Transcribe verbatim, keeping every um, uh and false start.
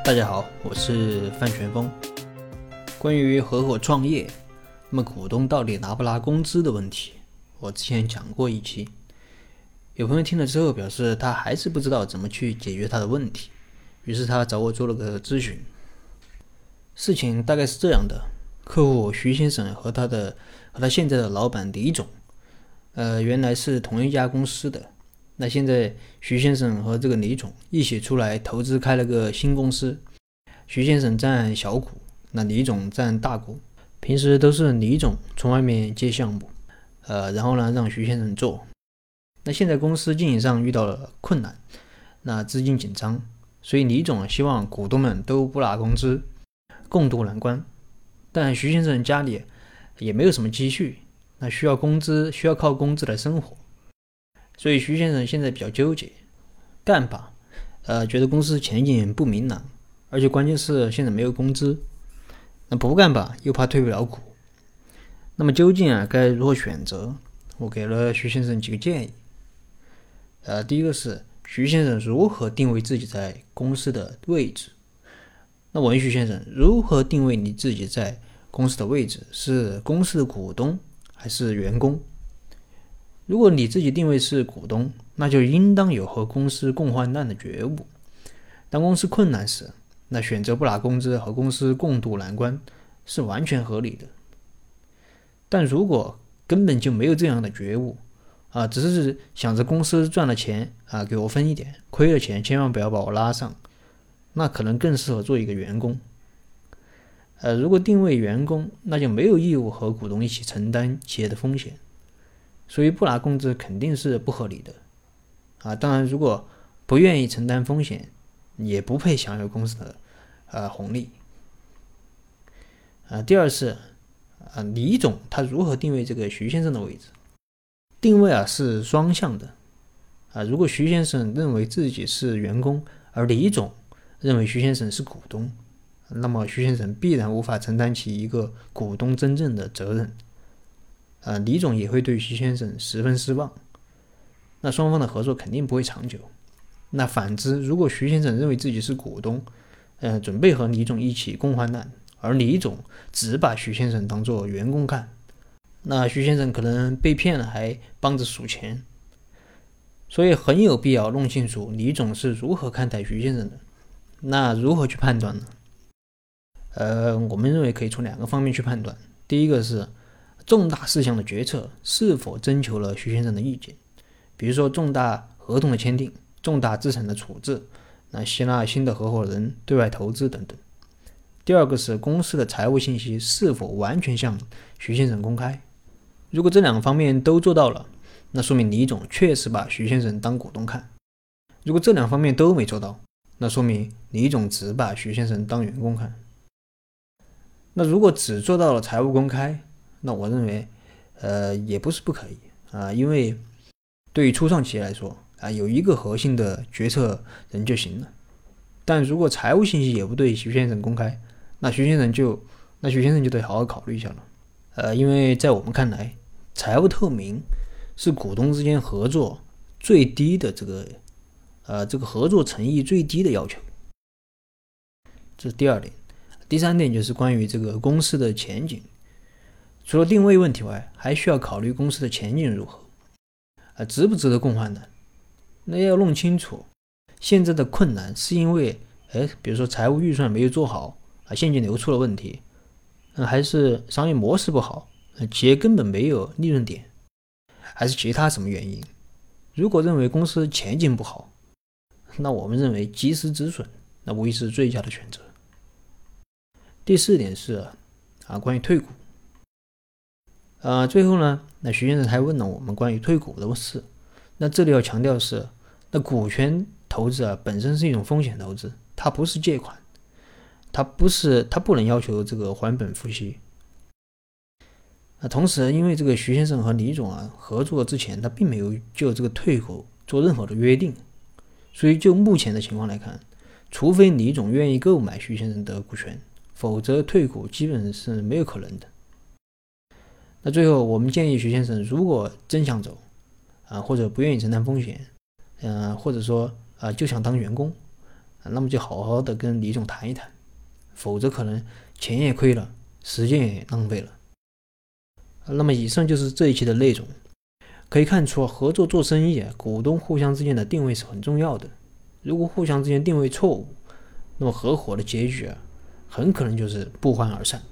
大家好，我是范全峰。关于合伙创业，那么股东到底拿不拿工资的问题，我之前讲过一期。有朋友听了之后表示他还是不知道怎么去解决他的问题，于是他找我做了个咨询。事情大概是这样的，客户徐先生和他的和他现在的老板李总，呃，原来是同一家公司的。那现在徐先生和这个李总一起出来投资开了个新公司，徐先生占小股，那李总占大股。平时都是李总从外面接项目，呃，然后呢让徐先生做。那现在公司经营上遇到了困难，那资金紧张，所以李总希望股东们都不拿工资，共度难关。但徐先生家里也没有什么积蓄，那需要工资，需要靠工资来生活。所以徐先生现在比较纠结，干吧，呃，觉得公司前景不明朗，而且关键是现在没有工资。那不干吧，又怕退不了股。那么究竟啊该如何选择？我给了徐先生几个建议。呃，第一个是徐先生如何定位自己在公司的位置。那我问徐先生，如何定位你自己在公司的位置？是公司的股东还是员工？如果你自己定位是股东，那就应当有和公司共患难的觉悟。当公司困难时，那选择不拿工资和公司共度难关是完全合理的。但如果根本就没有这样的觉悟啊，只是想着公司赚了钱啊给我分一点，亏了钱千万不要把我拉上，那可能更适合做一个员工。呃，如果定位员工，那就没有义务和股东一起承担企业的风险。所以不拿工资肯定是不合理的啊！当然，如果不愿意承担风险，也不配享有公司的呃红利啊。第二是啊，李总他如何定位这个徐先生的位置？定位啊是双向的啊。如果徐先生认为自己是员工，而李总认为徐先生是股东，那么徐先生必然无法承担起一个股东真正的责任。呃，李总也会对徐先生十分失望，那双方的合作肯定不会长久。那反之，如果徐先生认为自己是股东，呃，准备和李总一起共患难，而李总只把徐先生当作员工看，那徐先生可能被骗了还帮着数钱。所以很有必要弄清楚李总是如何看待徐先生的。那如何去判断呢？呃，我们认为可以从两个方面去判断。第一个是重大事项的决策是否征求了徐先生的意见，比如说重大合同的签订、重大资产的处置、那吸纳新的合伙人、对外投资等等。第二个是公司的财务信息是否完全向徐先生公开。如果这两个方面都做到了，那说明李总确实把徐先生当股东看。如果这两方面都没做到，那说明李总只把徐先生当员工看。那如果只做到了财务公开，那我认为呃也不是不可以啊，因为对于初创企业来说啊，有一个核心的决策人就行了。但如果财务信息也不对徐先生公开，那徐先生就那徐先生就得好好考虑一下了。呃，因为在我们看来，财务透明是股东之间合作最低的这个呃这个合作诚意最低的要求。这是第二点。第三点就是关于这个公司的前景。除了定位问题外，还需要考虑公司的前景如何，啊，值不值得共患难？那要弄清楚，现在的困难是因为，哎，比如说财务预算没有做好，啊，现金流出了问题，嗯，还是商业模式不好，企业根本没有利润点，还是其他什么原因？如果认为公司前景不好，那我们认为及时止损，那无疑是最佳的选择。第四点是啊，关于退股。呃，最后呢，那徐先生还问了我们关于退股的事。那这里要强调的是，那股权投资啊本身是一种风险投资，它不是借款，它不是它不能要求这个还本付息。那同时，因为这个徐先生和李总啊合作之前，他并没有就这个退股做任何的约定，所以就目前的情况来看，除非李总愿意购买徐先生的股权，否则退股基本是没有可能的。那最后我们建议徐先生，如果真想走啊，或者不愿意承担风险，呃，或者说啊就想当员工， 那么就好好的跟李总谈一谈，否则可能钱也亏了，时间也浪费了。那么以上就是这一期的内容。可以看出，合作做生意啊，股东互相之间的定位是很重要的。如果互相之间定位错误，那么合伙的结局啊，很可能就是不欢而散。